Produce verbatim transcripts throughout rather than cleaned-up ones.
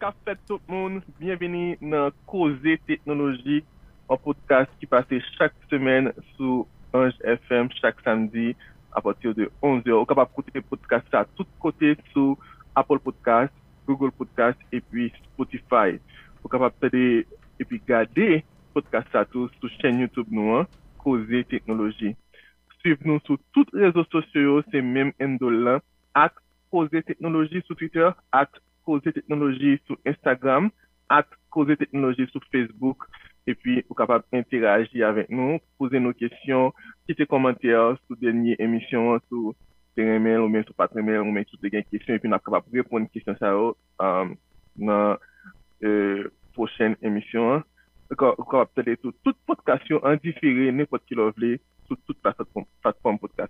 Ka fait tout le monde, bienvenue dans Causer Technologie, un podcast qui passe chaque semaine sur Ange F M chaque samedi à partir de onze heures. Vous êtes capable d'écouter le podcast à tous côtés sur Apple Podcast, Google Podcast et puis Spotify. Vous êtes capable de et puis garder le podcast à tous sur la chaîne YouTube nous, Causer Technologie. Suivez-nous sur tous les réseaux sociaux, c'est même handle là, at Causer Technologie sur Twitter, at Causer Technologie sur Instagram, at Causer Technologie sur Facebook. Et puis, vous êtes capable d'interagir avec nous, poser nos questions, quitter commentaires sur la dernière émission, sur Terremail ou bien sur Patreon, ou bien sur des questions. Et puis, nous sommes capables de répondre aux questions ça, euh, dans la prochaine émission. Vous êtes capable de tout toute podcast en différé, n'importe qui le veut, sur toute plateforme, plateforme podcast.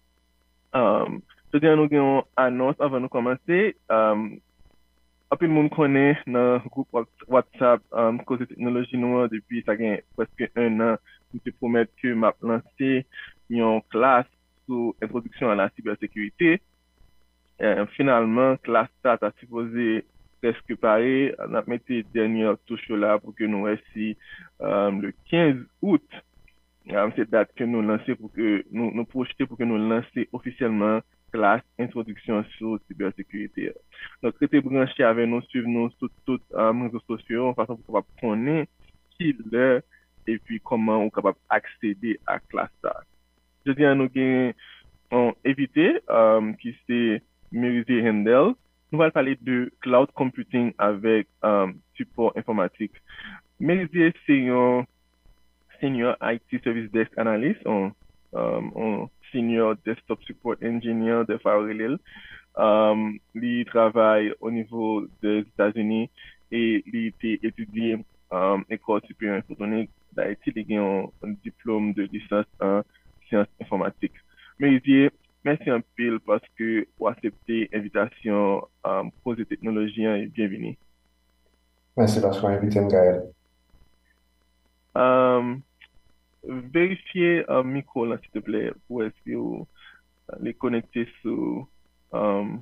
Um, je dis à nous une annonce avant de commencer. Um, Après, le monde connaît dans le groupe WhatsApp um, Causer Technologie nous depuis ça fait presque un an. Je te promets que m'a lancé une classe sur introduction à la cybersécurité. Euh, finalement, classe ça a supposé presque pareil. On a mis les dernières touches là pour que nous réussissions um, le quinze août. Um, c'est date que nous lançons pour que nous nous projeter pour que nous lancer officiellement classe introduction sur cybersécurité. Donc, restez branchés avec nous, suivez-nous sur tous les um, réseaux sociaux, en façon pour connaître qui l'est et puis comment on est capable d'accéder à la classe. Je dis à nous qu'on invité um, qui c'est Mérisée Hendel. Nous allons parler de cloud computing avec um, support informatique. Mérisée, c'est un senior I T Service Desk Analyst, on, um, on senior desktop support engineer de Farrell. Um, il travaille au niveau des États-Unis et il était étudié um, école supérieure informatique d'Haïti. Il a un, un diplôme de licence en sciences informatiques. Mais il dit merci un peu parce que vous acceptez l'invitation um, Causer Technologie et bienvenue. Merci parce qu'on invite Gaël. Um, Vérifiez un micro là, s'il te plaît, pour est-ce que vous les connecter sur, um,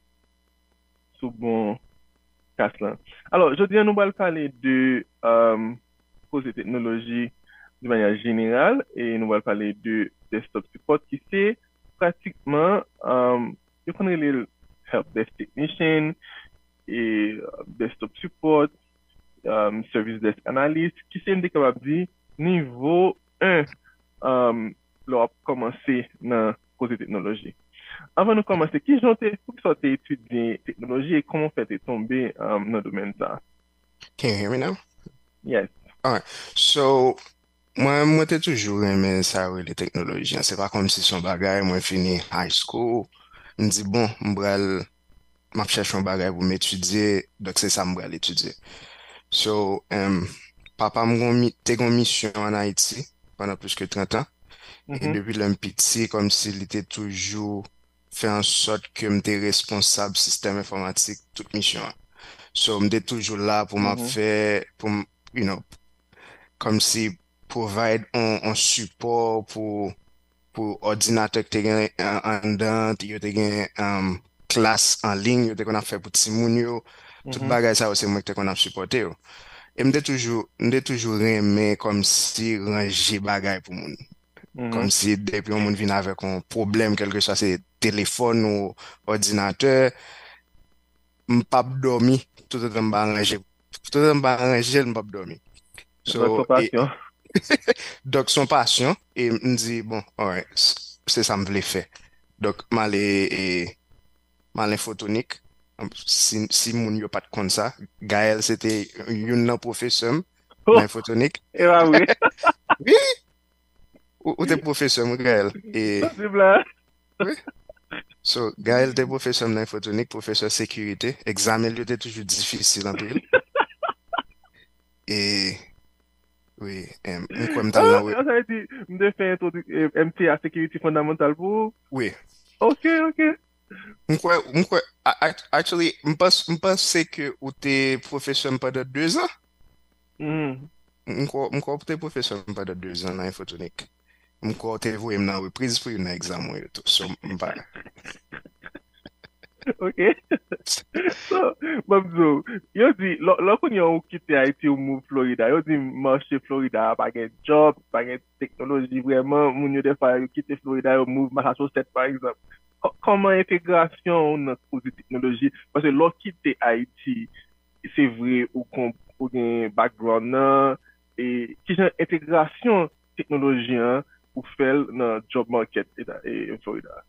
sur bon casque là. Alors, je dis, nous allons parler de um, Causer Technologie de manière générale et nous allons parler de desktop support qui c'est pratiquement, um, je connais les help desk technician et uh, desktop support, um, service desk analyst qui c'est capable de dire niveau un um, leur commencer dans Causer Technologie. Avant de commencer, qui j'en t'ai pour que tu étudier technologie et comment fait tomber um, dans le domaine ça? Can you hear me now? Yes. All right. So, moi, moi, t'ai toujours aimé ça, oui, les technologies. C'est pas comme si son bagage, moi, fini high school. Me dit, bon, m'bral, m'a cherché un bagage pour m'étudier. Donc, c'est ça, m'bral étudier. So, um, papa m'a t'es en mission en Haïti pendant plus que trente ans. Et Mm-hmm. depuis l'un petit, comme s'il était toujours fait en sorte que m'étais responsable système informatique toute mission. So, m'étais toujours là pour m'a Mm-hmm. faire, pour, m- you know, comme si provide un, un support pour, pour ordinateur que t'es gen en en dedans, yo te gen um, classe en ligne, yo te kon a fait pour ti moun yo, tout Mm-hmm. bagay ça c'est moi que te kon a supporté yo. Et m'étais toujours, m'étais toujours aimé comme si ranger bagay pour moun. Mm-hmm. Comme si depuis on moun vient avec un problème, quelque chose, c'est téléphone ou ordinateur, m'pap dormi, tout le temps m'pa arranger. Tout le temps m'pa arranger, m'pap dormi. Votre So, et, passion. donc son passion, et me dit, bon, alright, c'est ça me voulait faire. Donc, m'aller, et, m'aller photonique. Si, si moun yo pas de comme ça, Gaël, c'était une nan professeur Oh, dans photonique. et bah oui. Oui, ou, ou t'es professeur, Gaël. Et, C'est blanc. oui. So, Gaël était professeur dans photonique, professeur sécurité. Examen lui était toujours difficile en pile. Et oui, euh, on quoi m'tal Ah, nan, oui. ça veut dire, me faire introduire M T A sécurité fondamentale pour. Oui. Ok, ok. On quoi, on quoi, a- act- actually, on pense, on pense que ou t'es professeur pendant deux ans. Mm. On quoi, on quoi, t'es professeur pendant deux ans dans photonique. On quoi, t'es voué dans reprise pour une examen et tout. So, m'pa. Ok. So, Babzo, yo di, lo, lo kon yon ou kite Haiti ou move Florida, yo di marche Florida pa gen job, pa gen teknoloji vreman, moun yo defa yo kite Florida, yo move Massachusetts par exemple. Ko- Koman integrasyon ou nan kouzi teknoloji? Pase lo kite Haiti, se vre ou, kon, ou gen background nan, e ki jan integrasyon teknoloji an ou fel nan job market e, da- e Florida.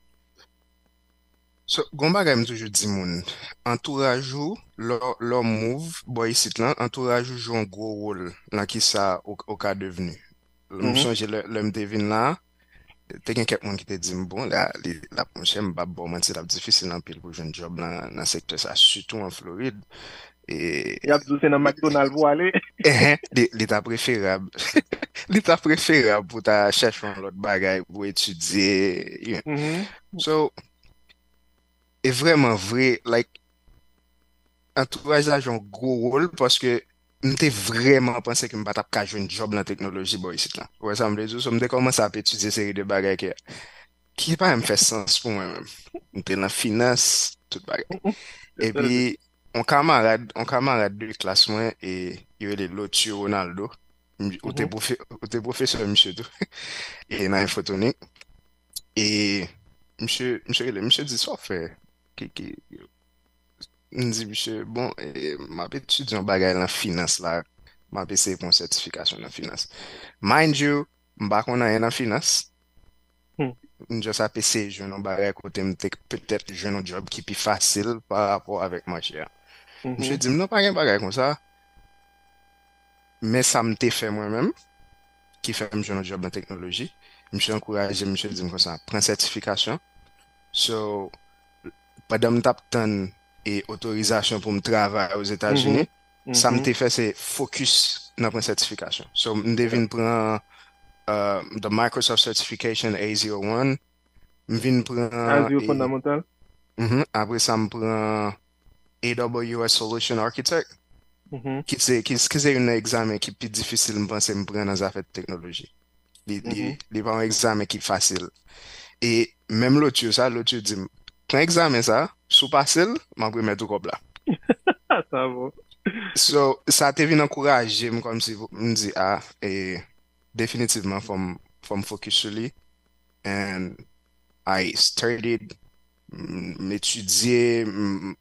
So, gon bagay m toujou di moun, entourage ou, lò lò move, boy sit lan, entourage ou jou an gro rôle nan ki sa ou, ou ka devenu. M Mhm. sonje lè lè m devine la, te gen kek moun ki te di m bon, la, li, la ponche m bab bon, man ti la difisil an pil pou joun job nan, nan sektor sa, sütou an Floride. E, Yap dou se nan McDonald's pou ale. eh, li, li ta preferab, li ta preferab pou ta chèchon lot bagay pou etudye. You know. Mhm. So, e vreman vre, like, entourage la joun gros rôle parce que m'te vraiment pensé que m'pa tap ka joun job dans technologie boy ici là. Ouais, ça me dit, so m'te commencé à étudier série de bagages qui qui pas me fait sens pour moi-même. M'te dans finance, tout bagage. Et puis on camarade, on camarade de classe moi et il y avait l'autre Ronaldo, ou t'es Mhm. profe- ou t'es professeur monsieur tout et dans photonique et monsieur monsieur le monsieur dit ça fait qui qui Ndi bisye, bon, e, ma pe etudyon bagay lan finance la, ma pe se pon sertifikasyon nan finance. Mind you, mba kon nan yon nan finance, Mhm. njo sa pe se jwen bagay kote mte peut-être jwen un job ki pi fasil par rapport avek ma chè. Mse Mhm. di, mnon pa gen bagay kon sa, men sa mte fe mwen men, ki fe m jwen un job nan teknoloji. Mse ankouraje, mse di m kon sa, pren sertifikasyon. So, padan m tap tan e otorizasyon pou m travay os Mhm. Etats-Unis, sa m Mhm. te fè se fokus nan pren sertifikasyon. So, m devin pren uh, the Microsoft Certification A zero one, m vin pren Azure e, fondamental. mhm, apre sa m pren A W S Solution Architect, Mhm. ki se, ki, ki se yon examen ki pi difisil m panse m pren nan zafet teknoloji. Li, li, Mhm. li pa un examen ki fasil. E menm lot yo sa, lot yo di, m, pren examen sa, sou pasil, m apre met ou kop la. Ça va. So, sa te vin ankouraje m kom si m di, ah, e, definitivman fom, fom fokus sou li. And I studied, m m etudye, m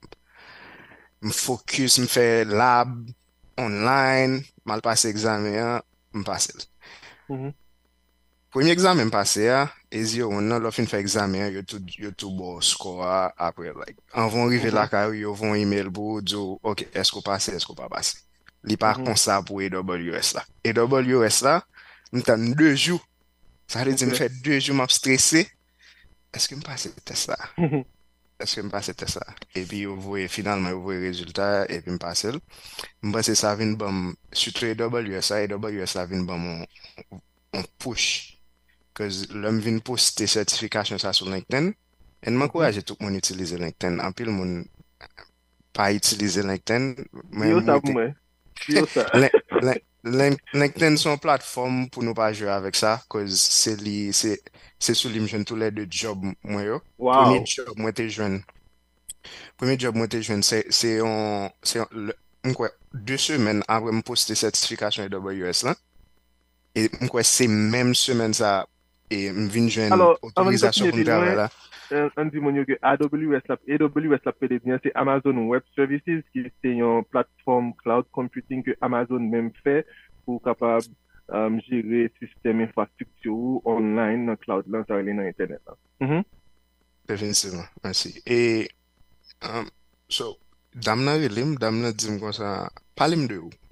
m fokus, m fe lab, online, mal pase examen an, m pase. Mhm. Premye examen m pase a, e zi yo nan lo fin fe examen an, yo tou, yo tou bo score a, apre, like, an von rive la Mhm. ka yo von email pou, dzo, ok, esko pase, esko pa pase. Li pa Mhm. kon sa pou A W S la. A W S la, m tan deux jou. Sa li di m Ok. fe deux jou m ap stresse. Eske m pase test la? Mhm. Eske m pase test la? E pi yo voye, finalman yo voye rezultat, e pi m pase l. M pase sa vin bam, suto A W S la, A W S la vin bam on, on push. Kaz lèm vin poste sertifikasyon sa sou LinkedIn, en m Mhm. ankouraje tout moun utilize LinkedIn. Anpil moun pa utilize LinkedIn, Dio men ça mwen pour te moi. Dio ça. Lin- lin- lin- LinkedIn son plateforme pou nou pa jwe avèk sa, koz se li, se, se sou li m jwen tou lè de job mwen yo. Premier Wow. job mwen te jwen, premier job mwen te jwen, se, se yon, se yon, le- mkwe, deux semen apre m poste sertifikasyon A W S lan, e mkwe se menm semen sa, e m vin jwen Alors, avant de otorizasyon continuer pou m plus travè loin, la. euh, on dit mon yo que A W S la, A W S la peut bien c'est Amazon Web Services qui c'est une plateforme cloud computing que Amazon même fait pour capable euh, gérer système infrastructure ou online dans cloud là, ça dans internet là. Mhm. Definitivman, mersi. E, um, so, dam nan relim, dam nan dim kon sa, palim de ou.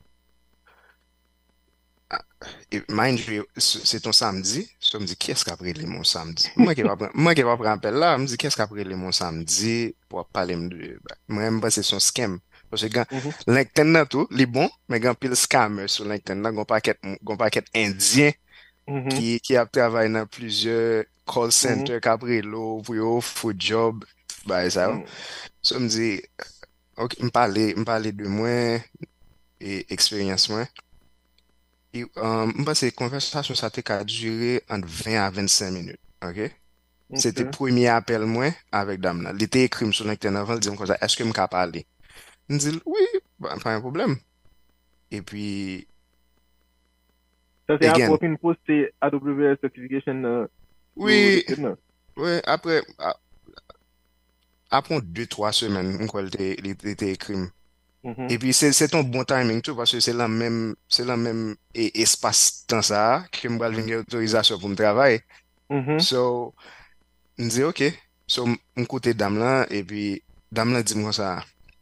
Et mind you, se se ton samedi, so m di, ki esk apre li mon samedi? Mwen ke pa pran, mwen ke pa pran apel la, m di, ki esk apre li mon samedi, pou ap pale m de, ba, mwen m ba se son scam. Pwese gan, Mhm. LinkedIn nan tou, li bon, men gan pil scammer sou LinkedIn nan, gon paket, gon paket indien, Mhm. ki, ki ap travay nan plizye call Mhm. center, kapre lo, pou yo, food job, ba e sa yo. Mhm. So m di, ok, m pale, m pale de mwen, e eksperyans mwen, E, um, mba se konversasyon sa te ka dure ant vingt a vingt-cinq minutes, ok? C'était Ok. premier appel moi avec dame là. Il était écrit sur l'internet avant, il dit comme ça, est-ce que je peux parler? Je dis oui, bah, pas un problème. Et puis, Ça, c'est après again, fin poster A W S certification euh, sur oui, LinkedIn. oui, après, a- après deux, trois semaines, on il était, il était il était écrit. Mhm. Et puis, c'est c'est un bon timing, tout, parce que c'est la même, c'est la même e- espace-temps ça, que je vais venir autorisation pour me travailler. Mhm. So, je dis, OK. So, je côté dame là, et puis, dame là dit moi ça,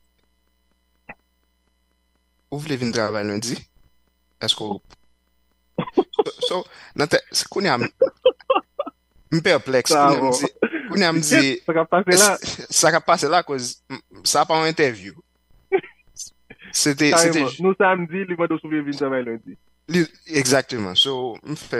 vous voulez venir travailler lundi? Est-ce que, so, so, nan te, koun ya, m m perplex, koun Ça ya m va. di, koun ya m T'inquiète, di, ça va passer es- là. sa ka pase la, koz, m- sa pa an interview. C'était, c'était, Carrément. ju- Nous, samedi, les mois de soulever vin travail lundi. li- exactement. So, m fe,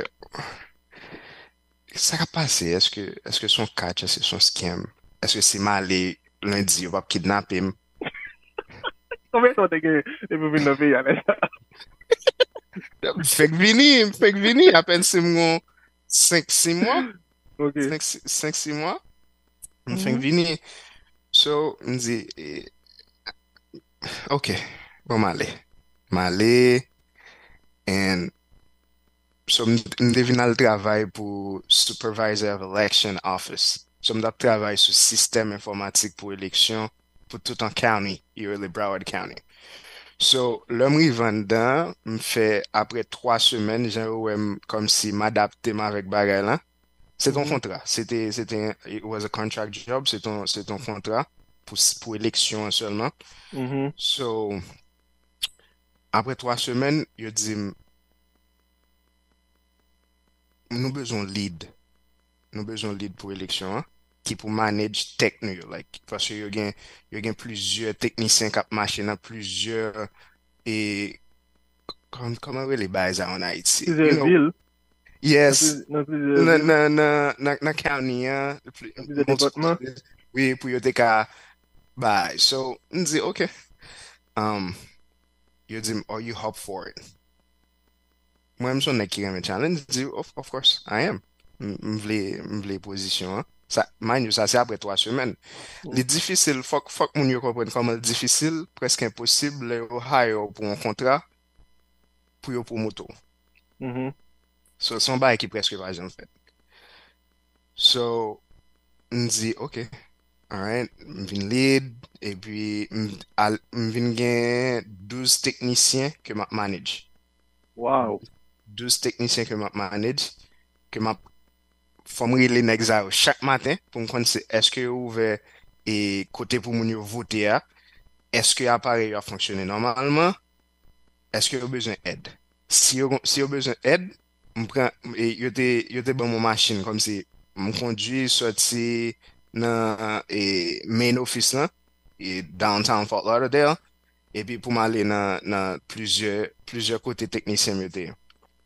sa ka pase, eske, eske son catch, eske son scam, eske si ma ale lundi, yo pap kidnap him. Combien de temps t'es que tu peux venir dans le pays, Alex? M fek vini, m fek vini, apen si m gon cinq six mois, Ok. cinq six mois, m fek Mhm. vini. So, m di, eh, ok, bon ma ale. Ma ale, and so, m m devine al travay pou Supervisor of Election Office. So, m dap travay sou sistem informatik pou eleksyon pou tout an county, yo le Broward County. So, lè m rivan dan, m fe apre trois semen, jan wèm kom si m adapte m avèk bagay lan. C'est ton Mhm. kontra. C'était, c'était, it was a contract job, c'est ton, c'est ton kontra pou, pou eleksyon seulement. Mhm. So, apre trois semen, yo di m, nou bezon lead. Nou bezon lead pou eleksyon an, ki pou manage tech nou yo, like, paswe yo gen, yo gen plusieurs teknisyen kap mache nan plusieurs, e, kom, koman we li bay za an Haiti? You Plusieurs know, villes, dans yes, plus- dans plusieurs nan, villes, nan, nan, nan, nan county an, pl- dans plusieurs multiple, départements. oui, pou yo te ka bay. So, nzi, okay, um, yo di, are you up for it? Mwen mson nek ki reme challenge, di, of, of course, I am. M m vle, m vle posisyon an. Sa, mind you, sa se apre trois semen. Li Mhm. difisil, fok, fok moun yo kompren koman difisil, preske imposible, le yo hire yo pou an kontra, pou yo pou moto. Mhm. So, son ba ki preske pa jan fet. So, m di, ok, alright, m vin lead, e pi, m, al, m vin gen douze teknisyen ke map manage. Wow. douze teknisyen ke map manage, ke map fòm rile nek za yo chak matin pou m kon se eske yo ouve e kote pou moun yo vote ya, eske apare yo a fonksyone normalman, eske yo bezwen ed. Si yo, si yo bezwen ed, m pren, e, yo te, yo te ban moun machin kom si m kondwi soti nan e, main office lan, e downtown Fort Lauderdale, e pi pou m ale nan, nan plizye, plizye kote teknisyen yo te.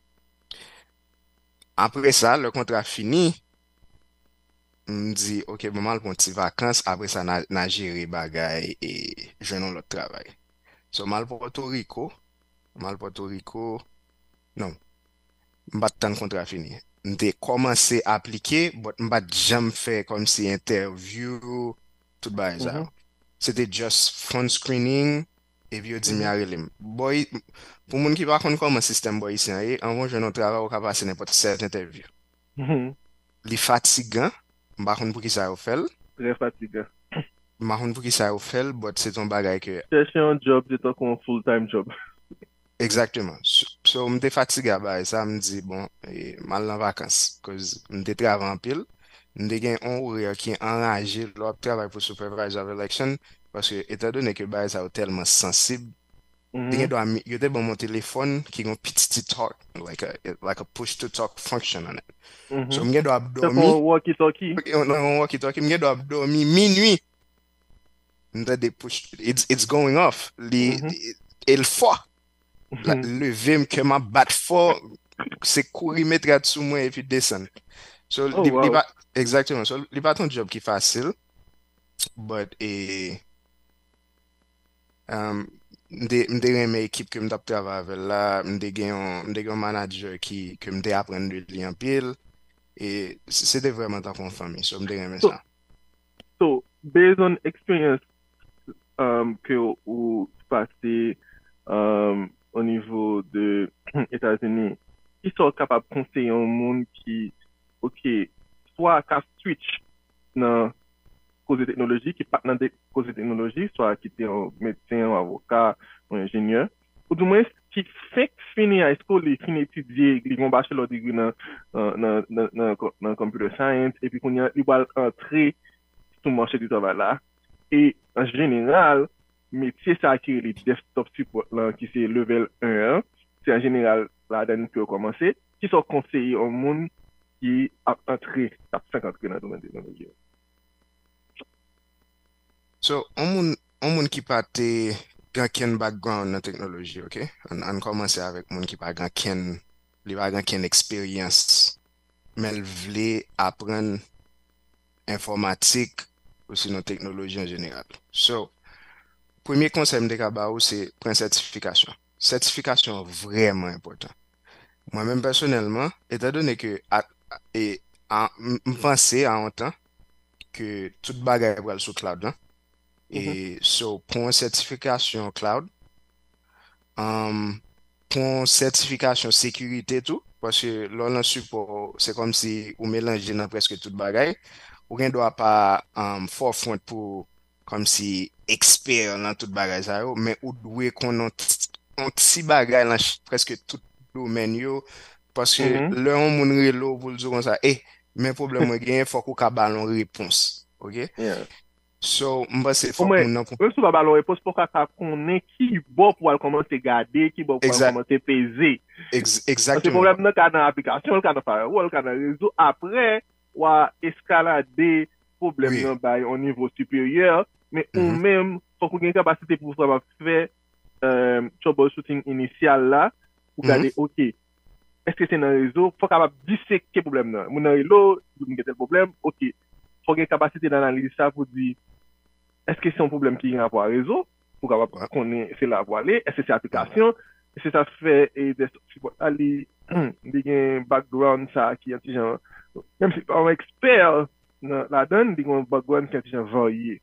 Apre sa, le kontra fini, m di, ok, bon mal pon ti vakans, apre sa na, na jere bagay e jenon lot travay. So, mal Porto Rico, mal Porto Rico, non, m bat tan kontra fini. M te komanse aplike, but m bat jam fe kom si interview, tout ba e za. Mhm. C'était just phone screening, e pi yo di mi Mhm. a relim. Boy, pou moun ki pa kon koman sistem boy isi an ye, anvon jenon travay ou ka pase nepot set interview. Mhm. Li fatigan, mba kon pou ki sa yo fel, Très fatigant. mba kon pou ki sa yo fel, but se ton bagay ke, Chercher un job, c'est un full-time job. exactement. So, so mte fatiga ba, e sa mdi, bon, e, mal nan vakans, koz mte travan pil, mte gen on ou ki enraje lop travay pou supervisor of election, paske etan donen ke ba, e sa yo telman sensib, te Mhm. gen do a, mi- yo te bon mon telefon, ki gon pititi talk, like a, like a push to talk function an it. So Mhm. mgen do C'est abdormi, un walkie-talkie. nan walkie-talkie, mgen do abdormi minui, Nda de push, it's, it's going off. Li, Mhm. li- el fwa. La, Mhm. leve m ke ma bat fwa, se kouri metra sou mwen e pi desen. So, Oh, li, li wow. pa, exactement. So, li pa ton job ki fasil, but, e, um, mde, mde reme ekip ke mdap travave la, mde gen yon, mde gen yon manager ki, ke mde apren de li an pil, Et c'était vraiment ta en famille. So, me dérange So, ça. so based on experience um, que ou passé um, au niveau de États-Unis, qui sont capables de conseiller un monde qui, ok, soit qu'à switch dans cause de technologie, qui part dans des causes de technologie, soit qui était un médecin, un avocat, un ingénieur, ou du moins qui fait finir à l'école, il finit étudier, il va bachelor degree dans, dans, dans, dans, dans, dans computer science, et puis qu'on y a, il va entrer sur le marché du travail là. Et en général, métier ça qui les desktop support là, qui c'est level un, c'est en général la dernière peut commencer, qui sont conseillés au monde qui a entré, a cinquante dans le domaine de la technologie. So, on moun, on moun ki pa te gan ken background nan teknoloji, ok? An, an komanse avèk moun ki pa gan ken, li pa gan ken eksperyans, men l vle apren informatik ou sinon teknoloji en jeneral. So, premier konsep mde ka ba ou se pren sertifikasyon. Sertifikasyon vreman important. Mwen men personelman, etan donè ke a, a- e, an, m m panse an an tan ke tout bagay pral sou cloud lan. Mhm, Et so, pour une certification cloud, um, pour une certification sécurité tout, parce que là, on support, c'est comme si on mélange dans presque tout bagay, ou ne doit pas um, forefront pour comme si expert dans tout bagay ça yo, mais ou doit qu'on a un petit bagay dans ch- presque tout domaine yo, parce que mhm. là, on moun relo pour le dire comme ça, eh, mais problème moi gen, faut qu'on ka balon réponse, ok? Yeah. So, mba se Au fok moins, moun nan pou. même si on va réponse pour qu'on ait qui bon pour commencer à garder, qui bon pour Exact, commencer à peser. ex- Parce que le exactement. problème, dans le dans l'application, le cas dans firewall, le cas dans le réseau, après, on va escalader problème Oui. dans bah, au niveau supérieur, mais ou Mhm, même, faut qu'on ait une capacité pour savoir faire euh, troubleshooting initial là, pour mhm. garder, OK, est-ce que c'est dans le réseau, faut capable disséquer le problème là. Mon dans le réseau, vous avez tel problème, OK. Faut qu'il y ait une capacité d'analyse ça pour dire, est-ce que c'est un problème qui est rapport à réseau, pour capable Ouais, connaître c'est là pour aller, est-ce que c'est ouais. application, est-ce que ça fait et des support aller, il y a un background ça qui est petit genre, même si pas un expert dans la donne, il y a un background qui est petit genre varié.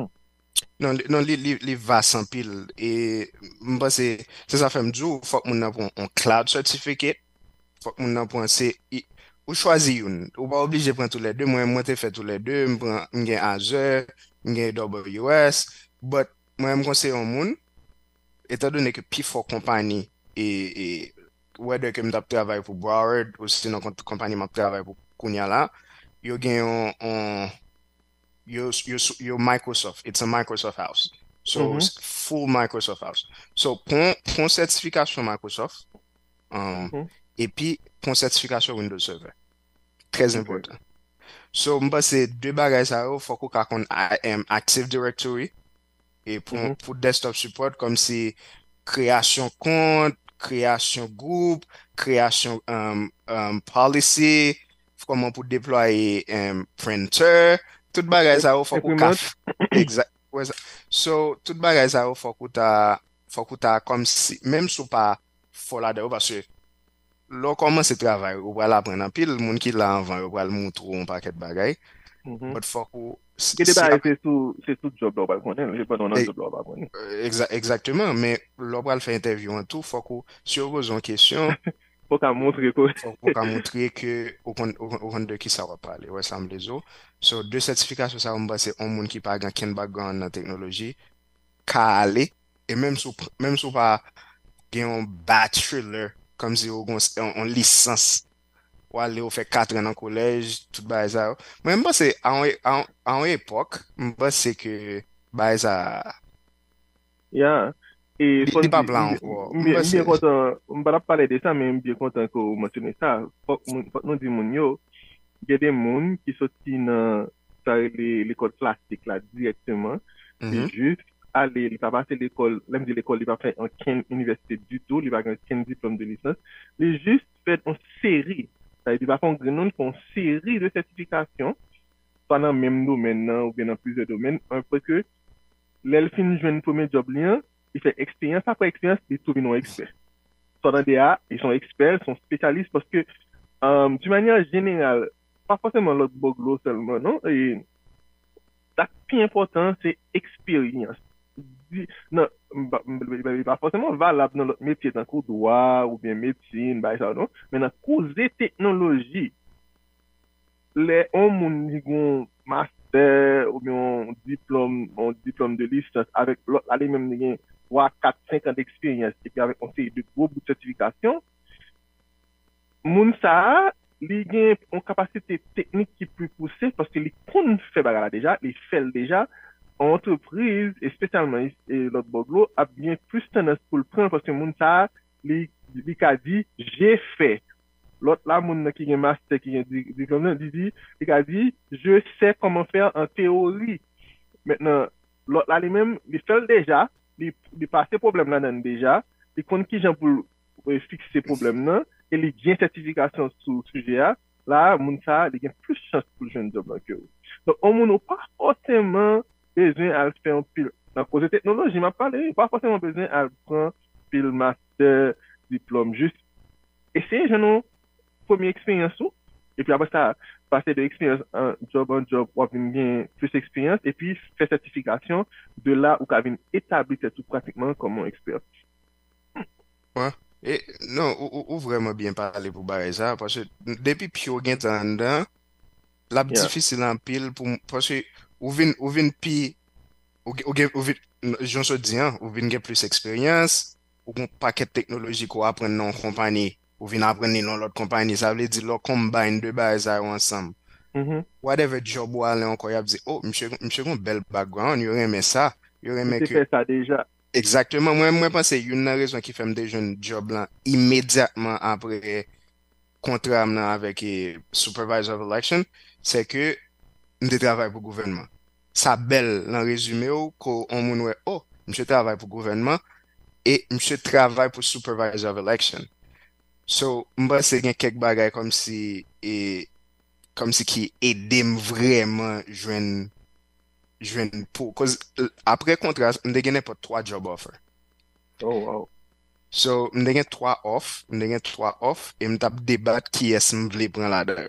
Non, li- non li, li, li vas an pil. E mba se, se sa fèm djou, fòk moun nan pou an cloud certificate, fòk moun nan pou an se, i- ou chwazi youn. Ou pa oblije pran tout les deux. Mwen mwen te fè tout les deux. Mpren, mgen Azure, mgen A W S, but mwen mkonsey an moun, etan donè ke pi fòk kompani, e, e whether ke mdap travay pou Broward, ou sinon kont- kompani map travay pou Kounya la, yo gen yon, yon your, your, your Microsoft. It's a Microsoft house. So, Mhm, s- full Microsoft house. So, pon, pon certification Microsoft, um, mhm, et puis, pon certification Windows Server. Très ok. important. So, mba se deux bagages sa yo, foko ka kon I- um, Active Directory, et pour, Mhm, pour desktop support, comme si création compte, création groupe, création um, um, policy, comment pour déployer um, printer, tout bagay Imp- sa yo fok ou ka imprimante. f- exact. Ouais, ça. So, tout bagay sa yo fok ou ta, fok ou ta comme si, même sou pa fola de yo, parce que lò koman se travay, ou pral apren an pil, moun ki la anvan, ou pral moutrou un paket bagay, Mhm. but fok ou, si, Gede si ba c'est sous c'est sous job là on va connaître, j'ai pas dans ap- job là on va connaître. Exa- Exactement, mais lò pral fè interview an tou, fòk ou, si ou rozon kesyon, Faut qu'à montrer que fòk ou ka montre ke ou kon, ou kon, ou kon de ki sa wap pale, wè sam le zo. So, de sertifikasyon sa wamba se on moun ki pa gan ken background nan teknoloji, ka ale, e menm sou, menm sou pa gen yon bachelor, kom si ou gon on, on lisans, ou ale ou fè quatre an nan kolèj, tout ba e za yo. Mwen mba se, an, an, an epok, mba se ke ba e za, yeah. Et li, faut li me pa dire, blan anko, bien mba bien se, content, on va pas parler de ça, mais bien content que vous mentionnez ça. Faut que moun- faut que nous dit moun yo, il y a des moun qui sorti dans ça, les- l'école classique là directement, puis Mhm, juste aller, il va passer l'école, même de l'école, il va faire un université du tout, il va faire un diplôme de licence, il juste fait une série, c'est-à-dire il va faire un grand nombre, une série de certifications, soit dans le même domaine nan, ou bien dans plusieurs domaines, après que l'elle fin joue un premier job lien, il fait expérience après expérience, il trouve un expert. Soit dans D A, ils sont experts, ils sont spécialistes parce que Euh, d'une manière générale, pas forcément l'autre boglo seulement, non? Et ça qui est important, c'est expérience. Di- Non, ba- ba- ba- pas forcément valable dans l'autre métier, dans le droit ou bien médecine, bah, ça, non? Mais dans causer technologie, les hommes qui ont master ou bien un diplôme, un diplôme de licence avec l'autre, allez même, ils ont trois, quatre, cinq ans d'expérience et puis avec un série de gros bouts de certification, moun sa, li gen une capacité technique qui plus poussée parce que li kon fait bagala déjà, li fait déjà, en entreprise, et spécialement et l'autre boglo, a bien plus tendance pour le prendre parce que moun sa, li, li ka dit, j'ai fait. L'autre là, moun qui gen master, qui gen di- diplôme, li dit, li ka dit, je sais comment faire en théorie. Maintenant, l'autre là, lui-même, il fait le déjà, il, il passe ces problèmes là déjà, il compte qui gens pour euh, fixer ces problèmes là, et il gagne certification sur le sujet là, là, moun ça, il gagne plus de chance pour le jeune job là que vous. Donc, on n'a pas forcément besoin de faire un pile. Dans cause de technologie, m'a parlé, pas forcément besoin de prendre pile master, diplôme, juste essayer, je non, première expérience, et puis après ça, passer de expérience en job en job, ou avoir bien plus d'expérience, et puis faire certification de là où tu as établi tout pratiquement comme un expert. Ouais. Et non, ou, ou- ou vraiment bien parler pour barrer ça, parce que depuis Pio gen tan dan, la Yeah. difficile en pile pour, parce que ou vin, ou vin pi, ou, gen- ou, gen- ou vin, j'en se dis, hein, ou vin gen plus expérience, ou gen paquet technologie qu'on apprend dans une compagnie, ou vin apprendre dans l'autre compagnie, ça veut dire, l'on combine deux barrer ça ensemble. Mhm. Whatever job ou aller encore, y a dit, oh, monsieur, monsieur, un bel background, il aurait aimé ça, il aurait Il aimé s'est que fait ça déjà. exactement. Moi, moi, pense que une des raisons qui fait me déjà un job là immédiatement après contrat là avec eh, supervisor of election, c'est que je travaille pour le gouvernement. Ça belle dans le résumé où qu'on moun ouais, oh, monsieur travaille pour le gouvernement et monsieur travaille pour supervisor of election. So, moi, c'est qu'il y a quelques bagages comme si et comme si qui aident vraiment joindre joindre pour cause euh, après contrat, on a pas trois job offers. Oh, wow. So, m de gen trois off, m de gen trois off, e m tap debat ki es m vle pran la de.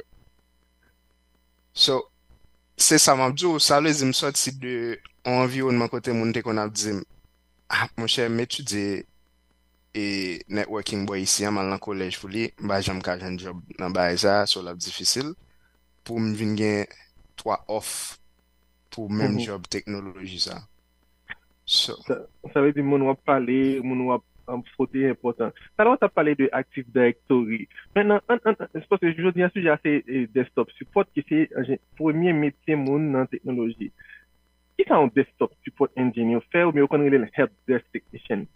So, se sa m ap di ou, sa vle zi m sot si de environnement kote moun te kon ap di, ah, mon chè, m etudie e networking boy isi, an man lan kolej pou li, ba jam ka jen job nan ba e sa, so la difisil, pou m vin gen trois off pou menm Mhm. job teknoloji sa. So, Ça, ça veut dire mon wap parler, mon wap um, frotter important. Alors, tu as parlé de Active Directory. Maintenant, un, un, un, c'est parce que je dis un sujet assez eh, desktop support qui c'est le premier métier moun dans la technologie. Qui est un desktop support engineer fait ou bien on connaît le help desk technician?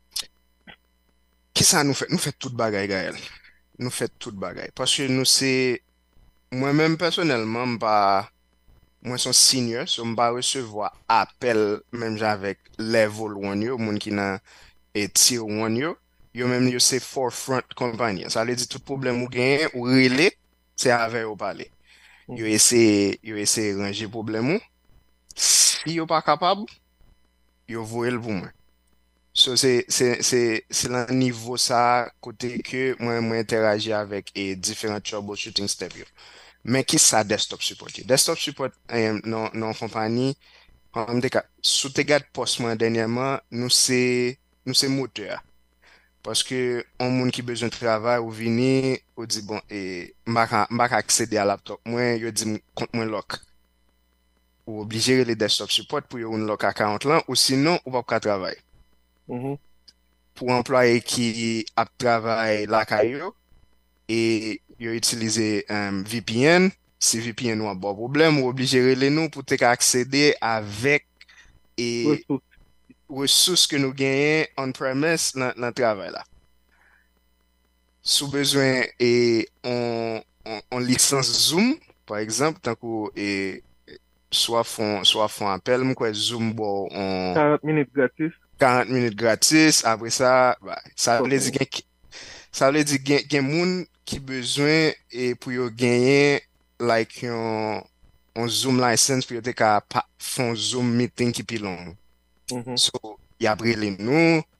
ki sa nou fet? Nou fet tout bagay gael. Nou fet tout bagay. Paske nou se, mwen menm personelman, mpa, mwen son senior, so mba resevo apel menm javek level one yo, moun ki nan e tier one yo, yo menm yo se forefront company. Sa le di tout problem ou genye, ou rele, se ave yo pale. Yo Mhm. ese, yo ese range problem ou, si yo pa kapab, yo vo el pou mwen. So se, se, se, se lan nivou sa kote ke mwen mwen interagi avek e diferent troubleshooting step yo. Men ki sa desktop support yo? Desktop support eh, nan, nan kompani, an de ka, sou te gade post mwen denyaman, nou se, nou se moteur. Paske an moun ki bezon travay ou vini, ou di bon, e, mbak mbak aksede a laptop mwen, yo di m- kont mwen lock. Ou oblige le desktop support pou yo un lock account lan, ou sinon, ou pa ka travay. Mhm. Pou employe ki ap travay la kayo, e yo utilize um, V P N, si V P N ou an bo problem, ou oblige rele nou pou te ka aksede avek e Ressources. resous ke nou genyen on-premise nan, nan travay la. Sou bezwen e on, on, on licence Zoom, par exemple, tankou e soit font, soit font appel, mwen kwe Zoom bo on quarante minutes gratis. quarante minutes gratis, apre sa, bah, sa vle di Okay. gen, ki- sa vle di gen, gen moun ki bezwen e pou yo genyen like yon, yon Zoom license pou yo te ka pa, fon Zoom meeting ki pi long. Mhm. So, y apre le nou,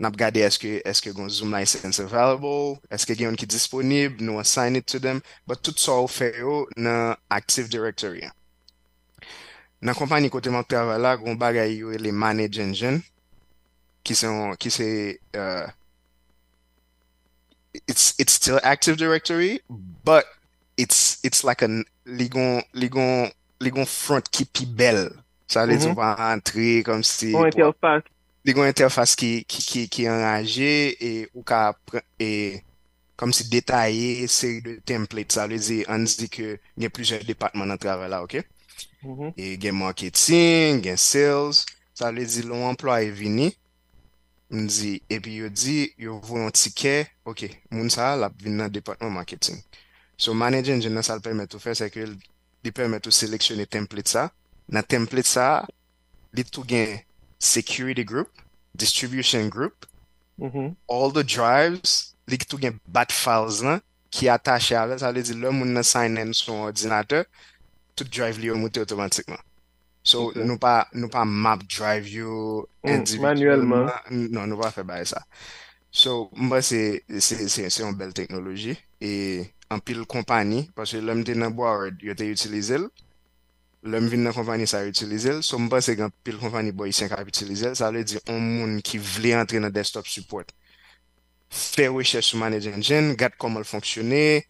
N'a gade eske, eske gon Zoom license available, eske gen yon ki disponib, nou assign it to them, but tout sa ou fe yo nan Active Directory. Nan kompani kote map travay la, gon bagay yo le Manage Engine, ki se, yon- ki se, uh, it's, it's still Active Directory, but it's, it's like a, li gon, li gon, li gon front ki pi bel. Sa le di Mhm. ou pa rentre kom si On pou interface. li gon interface ki, ki, ki, ki enraje e ou ka pre- e comme si détaillé série de templates. Ça veut dire, on dit que il y a plusieurs départements dans le travail là, ok? Mhm. Et il y a marketing, il y a sales. Ça veut dire, l'employé vini, on dit, et puis il dit, il veut un ticket, ok, moun ça, la vient dans le département marketing. So, manager engineer, ça le permet de faire, c'est que il permet de sélectionner template ça. Dans template ça, il tout gain security group, distribution group, Mhm. all the drives, li ki tou gen bat files nan, ki attache avè, sa vle di lè moun nan sign in son ordinateur, tout drive li yo mouti otomatikman. So, Ok. nou pa, nou pa map drive yo Mm, individuellement, manuellement. non, nou pa fe baye sa. So, mba se, se, se, se yon bel teknoloji, e an pil kompani, parce lèm te nan Board, yo te utilize l, lèm vin nan kompani sa utilize l, so mba se gan pil kompani boy sen kap utilize l, sa vle di on moun ki vle entre nan desktop support. Fè recherche sou Manage Engine, gade koman l fonksyone,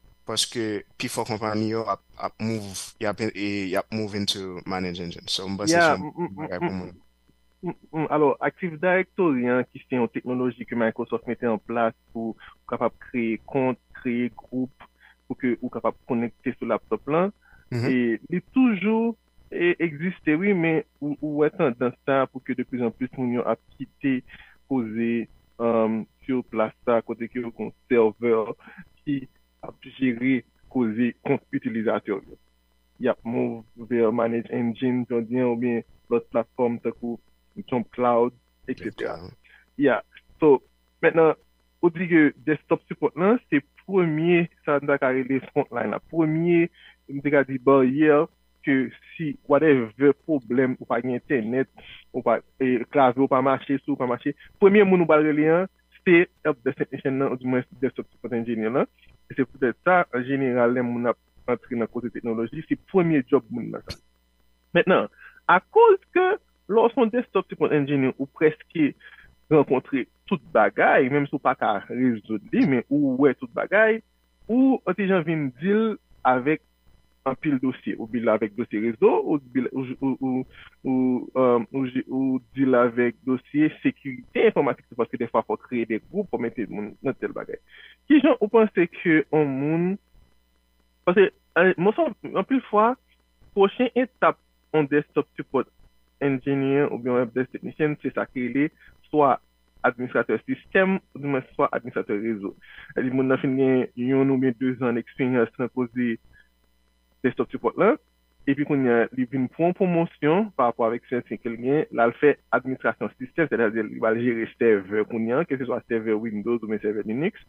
paske pi fò kompany yo ap, ap move, yap, e, yap move into Manage Engine. So mba se Yeah. son mm, mm, mm, bagay mm, pou moun. mm, mm. Alors, Active Directory, hein, qui c'est une technologie que Microsoft mettait en place pour capable créer compte, créer groupe, pour que ou capable connecter sur laptop là. Mhm. Et il est toujours eh, existé, oui, mais ou, ou est tendance ça pour que de plus en plus nous a quitté, poser euh, sur place ça, côté que un serveur qui a géré, causé compte utilisateur. Il y a move vers Manage Engine, j'en dis, ou bien l'autre plateforme, t'as coup, Jump Cloud, Jump et cetera. Cloud. Yeah. So, maintenant, on dit que desktop support là, c'est premier, ça nous a carré les frontline là. Premier, nous a dit barrière que si, whatever problème, ou pas internet, ou pas, et clavier ou pas marcher, sous ou pas marcher, premier moun nous va relier, hein, c'est help desk technician là, ou du moins desktop support engineer là. Et c'est peut-être ça, en général, les moun a entré dans le côté technologie, c'est premier job moun là ça. Maintenant, à cause que lorsqu'on desktop support engineer ou presque rencontrer toute bagaille, même si ou pas qu'à résoudre li, mais ou ouais toute bagaille, ou on gens vient deal avec un pile dossier, ou deal avec dossier réseau, ou deal, ou, ou, ou, ou, euh, ou, ou deal avec dossier sécurité informatique, parce que des fois, il faut créer des groupes pour mettre moun dans tel bagaille. Qui gens, ou pensez que on moun, parce que, euh, moi, en plus fois, prochaine étape en desktop support engineer ou bien web desk technician, c'est ça qu'il est, soit administrateur système, ou du moins soit administrateur réseau. C'est-à-dire, mon a fini yon ou bien deux ans d'expérience dans cause desktop support là, et puis qu'on a, il vient pour une promotion par rapport avec certains quelqu'un, là, il fait administration système, c'est-à-dire, il va gérer serveur qu'on a, que ce soit serveur Windows ou bien serveur Linux,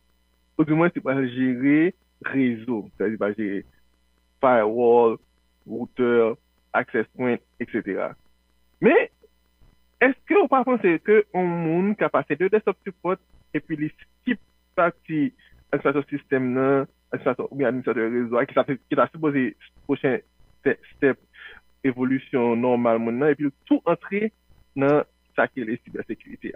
ou du moins, il va gérer réseau, c'est-à-dire, il va gérer firewall, routeur, access point, et cetera. Mais, est-ce que vous pas pensé que un monde qui a passé de desktop support et puis les skip partie administrateur système là, administrateur ou bien administrateur réseau, qui t'a qui t'a supposé prochain step, step évolution normale maintenant, et puis tout entrer dans ça qui est les cybersécurité.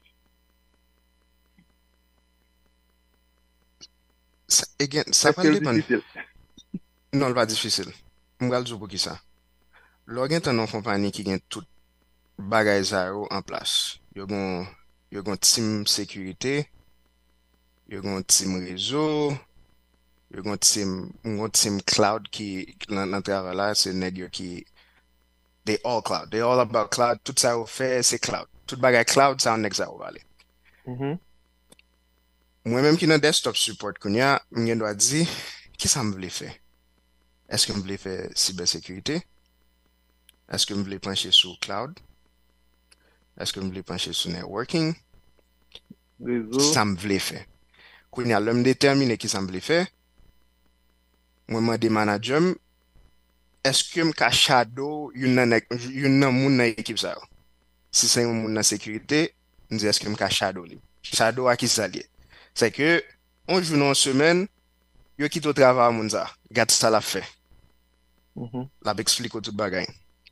Sa, again, sa Est-ce pal que c'est depan. difficile? Non, l pa difisil. Mbral djou pou ki sa. Lo gen tan nan kompani ki gen tout bagay sa yo en plas. Yo gon, yo gon team sécurité, yo gon team réseau, yo gon team, yo gon team cloud ki nan, nan travay la, se neg yo ki they all cloud. They all about cloud. Tout sa yo fe, se cloud. Tout bagay cloud, sa yon neg sa yo vale. Mhm. Mwen menm ki nan desktop support koun ya, mwen gen do a di, ki sa m vle fe? Eske m vle fe cybersécurité? Eske m vle penche sou cloud? Eske m vle penche sou networking? Ki Réseau. sa m vle fe? Koun ya lèm determine ki sa m vle fe, mwen mwen de manajem, eske m ka shadow yon nan, ek- yon nan moun nan ekip sa yo? Si se yon moun nan sécurité, me dit est-ce que me ka shadow li. Shadow à qui ça lié? C'est que on joue dans une semaine, yo quitte au travail moun ça. Regarde ça l'a fait. Mhm. L'a explique tout bagay.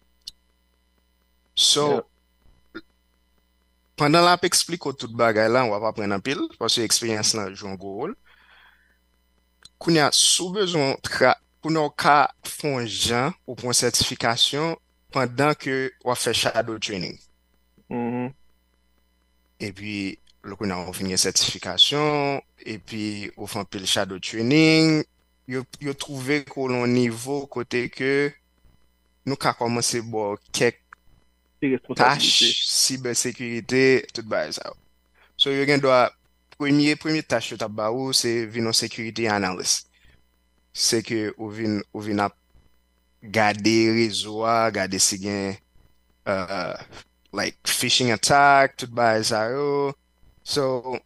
Yeah. So, pendant l'a explique tout bagay là, on va pas prendre un pile parce que l'expérience là joue un gros rôle. Kounya sou bezon tra, kounya ka fon jan ou pon certification pendant que ou fait shadow training. Mhm. Et puis, le kounya on finit certification, et puis ou fait pile shadow training, yo, yo trouvé qu'on niveau côté que nous ka commencé bon quelques C'est responsabilité. tâches cybersécurité tout ba ça. So yo gen doit premier premier tâche yo t'a ba ou c'est vino security analyst. C'est que ou vin ou vin gade rezo a, gade si gen uh, like phishing attack, tout ba sa yo. So,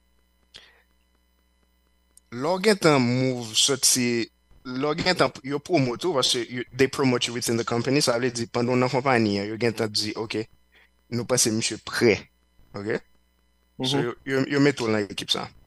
lò gen tan move sot si, lò gen tan yo promote ou, parce you, they promote you within the company, sa vle di, pandon nan kompany, yo gen tan di, ok, nou pase msye pre, ok? So, Mhm. yo, yo, yo met ou nan ekip sa.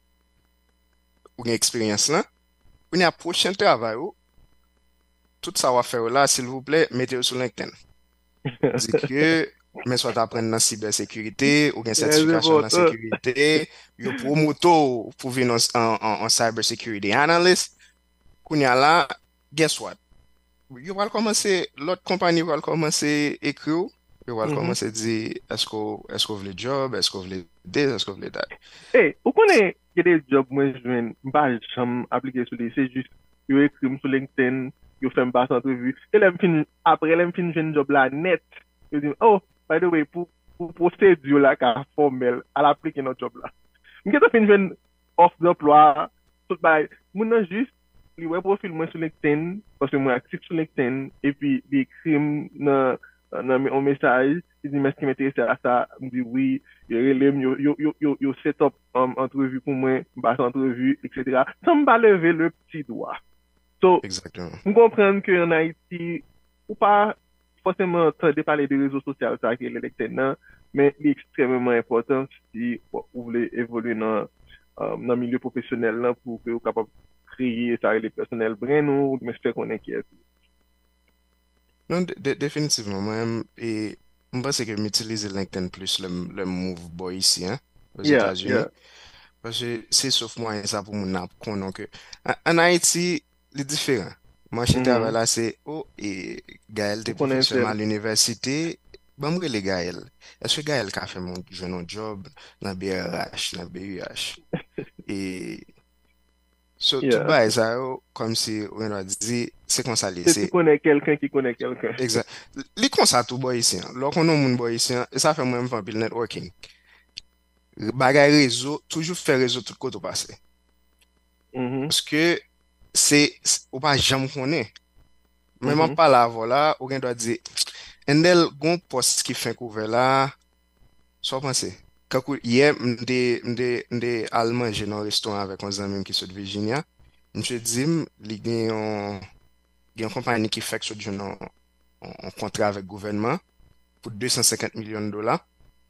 Ou gen experience lan, ou ni a prochain travay ou, tout sa wafè ou la, s'il vous plaît, mette yo sou LinkedIn. Di ke, men soit apren nan cybersécurité, ou gen Très certification nan important. sécurité, yo promoto pou vin an, an, an cybersecurity analyst, kounya la, guess what? Yo val komanse, lot kompani val komanse ekri ou, yo val Mhm. komanse di, esko, esko vle job, esko vle this, esko vle that. Hey, ou konen ge de job mwen jwen, mba jam aplike sou li, se just yo ekrim sou LinkedIn, yo fèm bas entrevue, e lem fin, apre lem fin jwen job la net, yo di, oh, by the way, pou, pou poste diyo la ka formel, al aplike nou job la. Mwen ge te fin jwen off d'emploi, tout bay, mwen nan just, li wè profil mwen sou LinkedIn, paske mwen aktif sou LinkedIn, e pi li ekrim nan, nan mi- an mesaj, li di meski m'interese a sa, mdi oui, yo relem, yo, yo, yo, yo, yo set up um, entrevue pou mwen, bas entrevue, et cetera. San mba leve le pti doa. So, Exactement. m komprenn ke an Haiti, ou pa forcément tande pale de rezo sosyal sa ke le LinkedIn nan, men li ekstremement important si ou vle evolue nan, um, nan milieu profesyonel nan pou ke ou kapab kriye sa rele personel bren ou men se fè konen ki et. Non, de, de- définitivement, moi, et je pense que m'utiliser LinkedIn plus le, le move boy ici, hein, aux Yeah, yeah. États-Unis, parce que c'est sauf moi, ça pour mon app, qu'on que, en en Haïti, c'est différent. Moi, je travaille Mhm. là, c'est, oh, et Gaël, Ou t'es konen professeur à tel. l'université, bon, moi, les Gaël. Est-ce que Gaël a fait mon jeune job dans B R H, dans B U H? Et, so, tout Yeah. bas, ça, oh, comme si, on a dit, c'est comme ça, Se tou c'est konen kelken ki konen kelken. exact. Li kon sa tou boy isi an. Lò kon nou moun boy isi an, e sa fè mwen mwen pil networking. Bagay rezo, toujou fè rezo tout koto pase. Mhm. Paske se, s- ou pa jam konen. Men man Mhm. pa la vola, ou gen do a di, endel gon post ki fè kouve la, so panse. Kakou, ye, mde, mde, mde al manje nan restoran avek on zanmim ki sot Virginia. Mse dim, li gen yon, gen yon kompany ki fèk sot joun an, an kontra avek gouvenman pou deux cent cinquante milyon de dollars.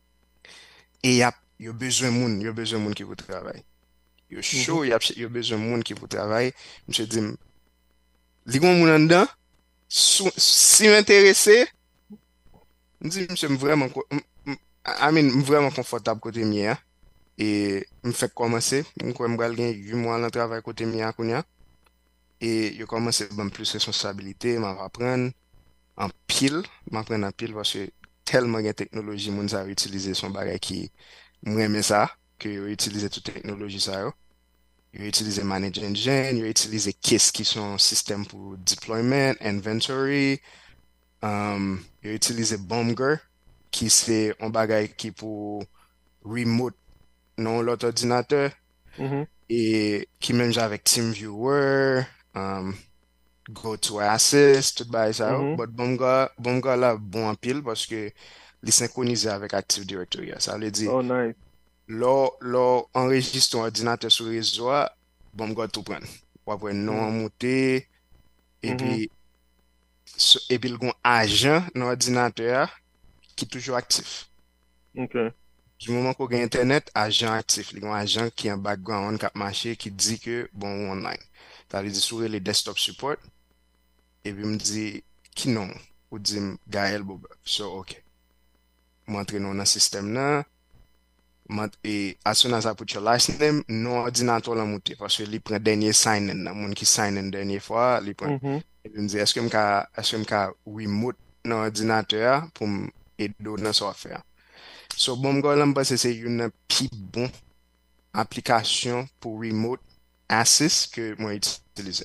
Et y a, yo besoin moun, yo besoin moun qui vous travail. Yo Mhm. chaud, y a, yo besoin moun qui vous travail. Monsieur dit, li gon moun an dan, sou- si m'intéressé, m'di monsieur m vraiment, co- m- m- I mean, m vraiment confortable côté mien. Et m fait commencer, m kwa m bral gen huit mois lan travail côté mien kounya. Et yo commencé ban plus responsabilité, m'a apprendre en pile, m'apprendre en pile parce que tellement gen technologie moun sa utiliser son bagay qui mwen reme ça, que yo utilize toute technologie ça yo. Yo utilize Manage Engine, yo utilize KISS qui sont système pour deployment, inventory, um, yo utilize Bomger qui c'est un bagay qui pour remote non l'autre ordinateur Mhm. et qui même avec TeamViewer, um, GoToAssist, tout bagay ça yo. Mhm. But Bomger, Bomger là bon en pile parce que li synchronize avec Active Directory. Ça veut dire Oh, nice. Lò, lò enregistre ton ordinateur sur réseau, a, bon, m'ga tout prendre. Ou après, non Mhm. en monter, et Mhm. puis, so- et puis, le gon agent dans l'ordinateur qui est toujours actif. Ok. Du moment qu'on a Internet, agent actif, il y a un agent qui est en background, qui a marché, qui dit que, bon, ou online. Ça veut dire sur les desktop support, et puis me dit, qui non? Ou dit, Gaël Bob. So, ok. M'entre dans le système là, m'ent- et as soon as I put your last name, non ordinateur la monter, parce que il prend dernier sign in, la moun qui sign in dernière fois, il prend. Mhm. Et puis me dit, est-ce que m'ka, est-ce que m'ka remote dans l'ordinateur pour m'aider dans ce faire? So, bon, m'gò l'embassy, c'est une pi bon application pour remote access que moi utilisé.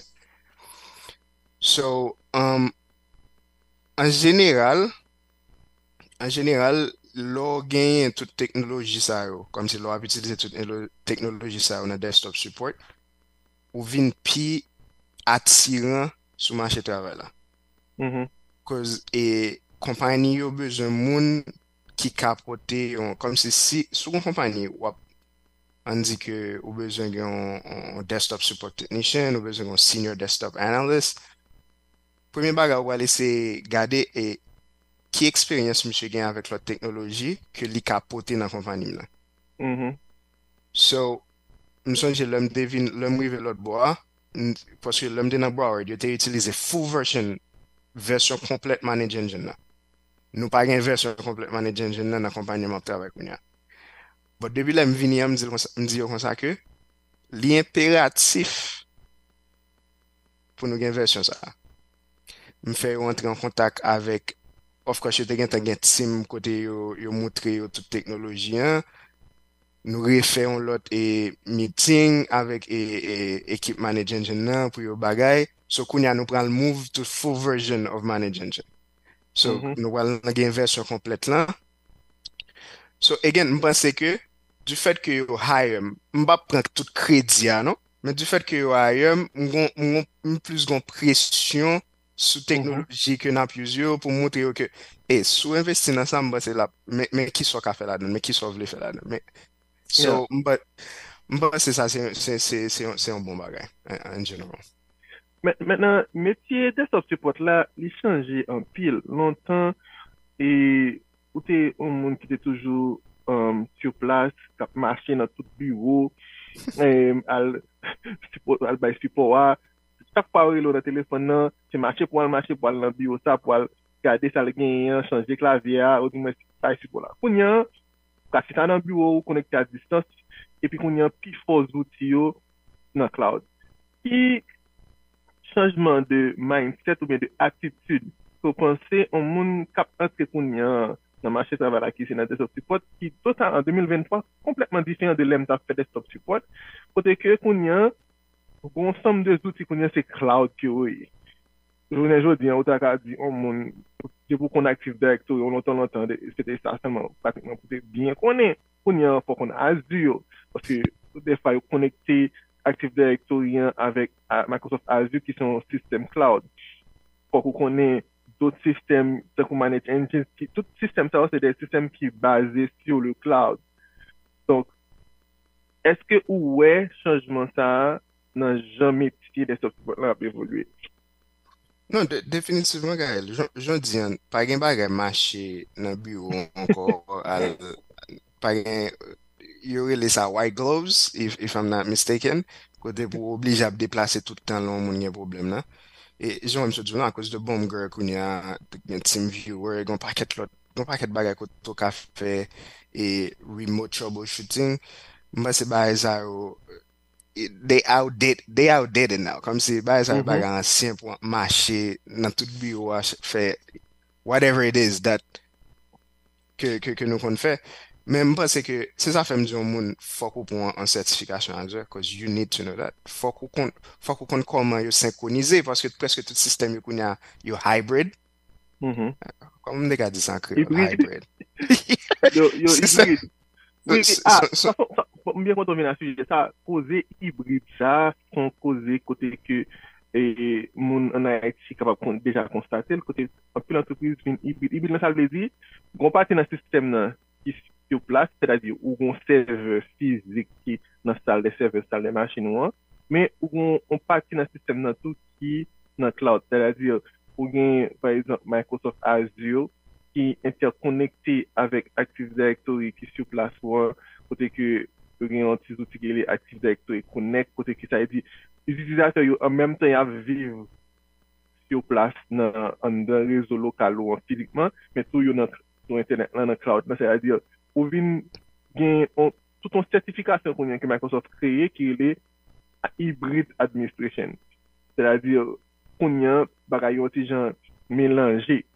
So, um, en général, en général, l'on gagne toute technologie ça, yo, comme si l'on a utilisé toute élo- technologie ça on a desktop support, ou vin pi attirant sur marché travail là. Mhm. Cause, et compagnie yo besoin moun qui capote, yon- comme si, si, sous une compagnie, ou on dit que ou besoin d'un un desktop support technician, ou besoin d'un senior desktop analyst. Premier bagage, ou aller c'est garder et qui expérience monsieur gain avec la technologie que li capoté dans la compagnie là. Mhm. So, me songe l'homme devine l'homme rive l'autre bois n- parce que l'homme de dans Broward, il a utilisé full version version complète manage engine là. Nous pas une version complète manage engine là dans la compagnie m'a travaille kounya. Bon depuis là me vini me dit comme ça me dit comme ça que l'impératif pour nous gagner version ça. Me fait rentrer en contact avec of course yo te gen tan gen team côté yo yo montre yo toute technologie hein. Nous refaisons l'autre et meeting avec et, et, équipe Manage Engine là pour yo bagay. So kounya nous prend le move to full version of Manage Engine. So Mhm. nous allons une version complète là. So again, je pense que du fait que yo hire, je pas prendre tout crédit ah, non, mais du fait que yo hire, m'gon m'gon plus gon pression sous Mhm. technologie que n'a plusieurs pour montrer yo que et sous investir dans ça, m'pense là, mais mais qui soit qu'a fait là-dedans, mais qui soit voulu faire là-dedans. Mais Yeah. so m'pa- m'pense ça c'est c'est c'est c'est un c'est un bon bagage en, en général. Men- Maintenant, métier desktop support là, il changé en pile. Longtemps, et ou t'es un monde qui était toujours um, sur place, qui a marché dans tout bureau, et al, support- al bay support, chaque fois où il a le téléphone, là, c'est marché pour aller marcher pour aller dans le bureau, ça, pour aller garder ça, le gagnant, changer clavier, ou du moins, ça, support là. Kounya, parce que dans le bureau, connecté à distance, et puis kounya, plus fort outils yo dans le cloud. Qui changement de mindset ou bien de attitude pour penser au monde cap entre kounya dans le marché de travail là, qui c'est dans desktop support qui total en deux mille vingt-trois complètement différent de l'em t'a fait desktop support côté que kounya bon ensemble de outils kounya c'est cloud qui oui journée aujourd'hui on t'a dit on monde c'est pour qu'on active directory on longtemps longtemps c'était ça seulement pratiquement pour bien connaître kounya faut qu'on a Azure parce que des fois connecter Active Directory hein, avec uh, Microsoft Azure qui sont un système cloud. Faut qu'on connaît d'autres systèmes, tels que Manage Engine, qui, tout système ça c'est des systèmes qui sont basés sur le cloud. Donc, est-ce que ouais changement ça n'a jamais métier des software là a évolué? Non, de- définitivement, Gaël, j'en j'en dis, hein, pas gen bagay marché dans bureau encore, al, pas gen, yo rele sa white gloves, if, if I'm not mistaken, kote pou oblige ap déplacer tout le temps lon moun gen problem là. Et j'en me suis à cause de bomb girl koun ya, gen team viewer, gon paket lot, gon paket bagay koto ka fe, et remote troubleshooting, mba se bagay sa yo, it- they outdate they outdated now. Comme si bagay sa yo Mhm. bagay ansyen pou marché nan tout bureau a ch- fe whatever it is that que, que, que nous qu'on fait. Mais je pense que c'est ça fait me dire au monde faut qu'on prenne en certification Azure because you need to know that. Faut qu'on con- faut qu'on connaisse comment yo synchroniser parce que presque tout système yo connaît yo hybrid. Mhm. Comme on a dit ça en créole, Hybride, hybrid. yo, yo, C'est ça. hybride. So- Oui, so- ah, so- so- ça, ça, ça, bien quand on vient à ce sujet, ça, causer hybride, ça, sont causés côté que, et, moun en Haïti capable de déjà constater, le côté, en plus l'entreprise vient hybride. Hybride, ça veut dire, qu'on partit dans le système, là, qui est sur place, c'est-à-dire, où on serveur physique qui, dans la salle des serveurs, salle des machines, ou, hein, mais où on, on partit dans le système, là, tout qui, dans le cloud, c'est-à-dire, où gain, par exemple, Microsoft Azure, qui interconnecté avec Active Directory qui sur place ou côté que il y a un petit outil qui est Active Directory Connect côté qui ça veut dire utilisateur yo en même temps à vivre sur place dans un réseau local ou physiquement mais tout yo dans sur internet là dans cloud c'est-à-dire ou vinn gain tout une certification que Microsoft créé qui est hybrid administration c'est-à-dire qu'on y a bagay yo ti jan mélangé.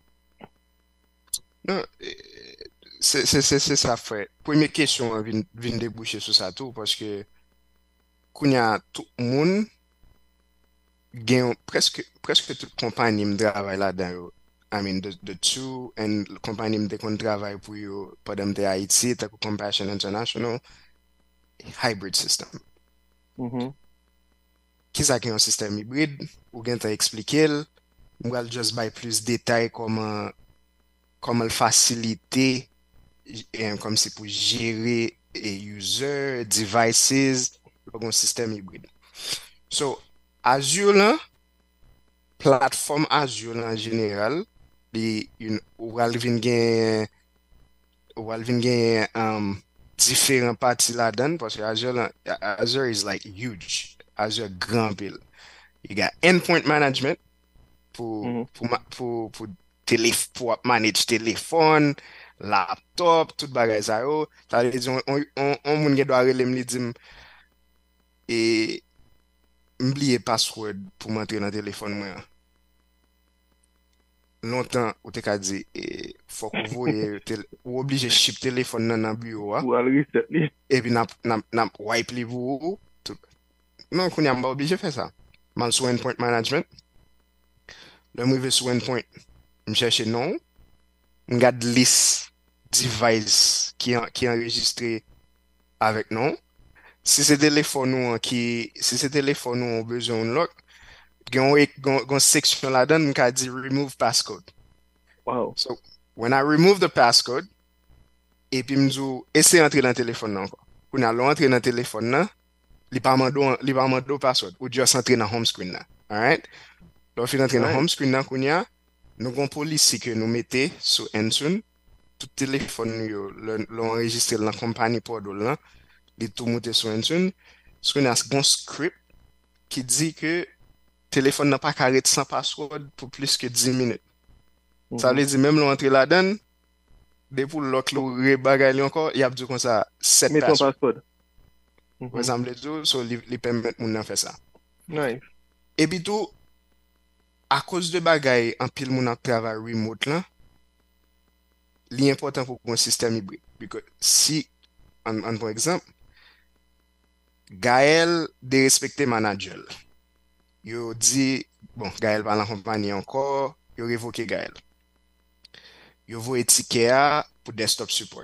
Non, eh, c'est c'est- c'est- c'est ça, frère. Première question, hein, vient, vient déboucher sur ça tout, parce que qu'on y a tout le monde, gen, presque, presque toute compagnie me travaille là-dedans. Yo. I mean, the, the two, and compagnie me qu'on travaille pour yo, pendant de Haïti, t'as Compassion International, hybrid system. Mhm. Qui ça qui est un système hybride? Ou gen t'as expliqué, ou al just by plus détails comment, comment le faciliter, eh, comme c'est pour gérer et user, devices, un système hybride. So, Azure là, plateforme Azure là, en général, li, une, ou al vin gen, ou al vin gen um, différents parties là-dedans, parce que Azure, là, Azure is like huge. Azure grand pile. You got endpoint management pour, Mhm. pour, ma- pour, pour, télé, pour manage téléphone, laptop, tout bagay sa yo. Ça veut dire, on, on, on moun gen doit relem li dim, et m'bliye password pour m'entrer dans téléphone moi. Longtemps, ou te ka di, e, faut qu'on voye, tel, ou oblige ship téléphone nan nan bureau, a, Ou al reset li. et puis nap, nap, nap wipe li pour tout. Non, qu'on y a pas obligé faire ça. Man sou endpoint management, le mwive sou endpoint, m cherche non, m gade list device qui en, qui enregistré avec non. Si c'est téléphone ou an qui, si c'est téléphone ou an besoin unlock, gen yon, gen yon section là-dedans, m ka di remove passcode. Wow. So, when I remove the passcode, et puis m'dou, essaye entrer dans le téléphone là encore. Quand on entrer dans le téléphone là, li pa mando, li pa mando password, ou just entrer dans home screen là. Alright? Là, fin entrer dans Nice. home screen là, kounya, nous avons policy que nous mettons sur Intune, tout téléphone yo, l'ont enregistré dans la compagnie Podol là, li tout monté sur Intune. So, on a un script qui dit que téléphone n'a pas carré sans password pour plus que dix minutes. Ça Mhm. veut dire même l'entrée là-dedans, dès pour l'autre, le rebagay li encore, il y a dit comme ça, sept Mets ton password. password. Par Mhm. exemple, tout, so li, li permet moun nan faire ça. Nice. Et puis tout, à cause de bagay, en pile moun ap travail remote là, li important pour un système hybride. Because si, en, en par exemple, Gaël de respecter manager. Yo dit, bon, Gaël pas la compagnie encore, yo révoqué Gaël. Yo voye ticket a pour desktop support.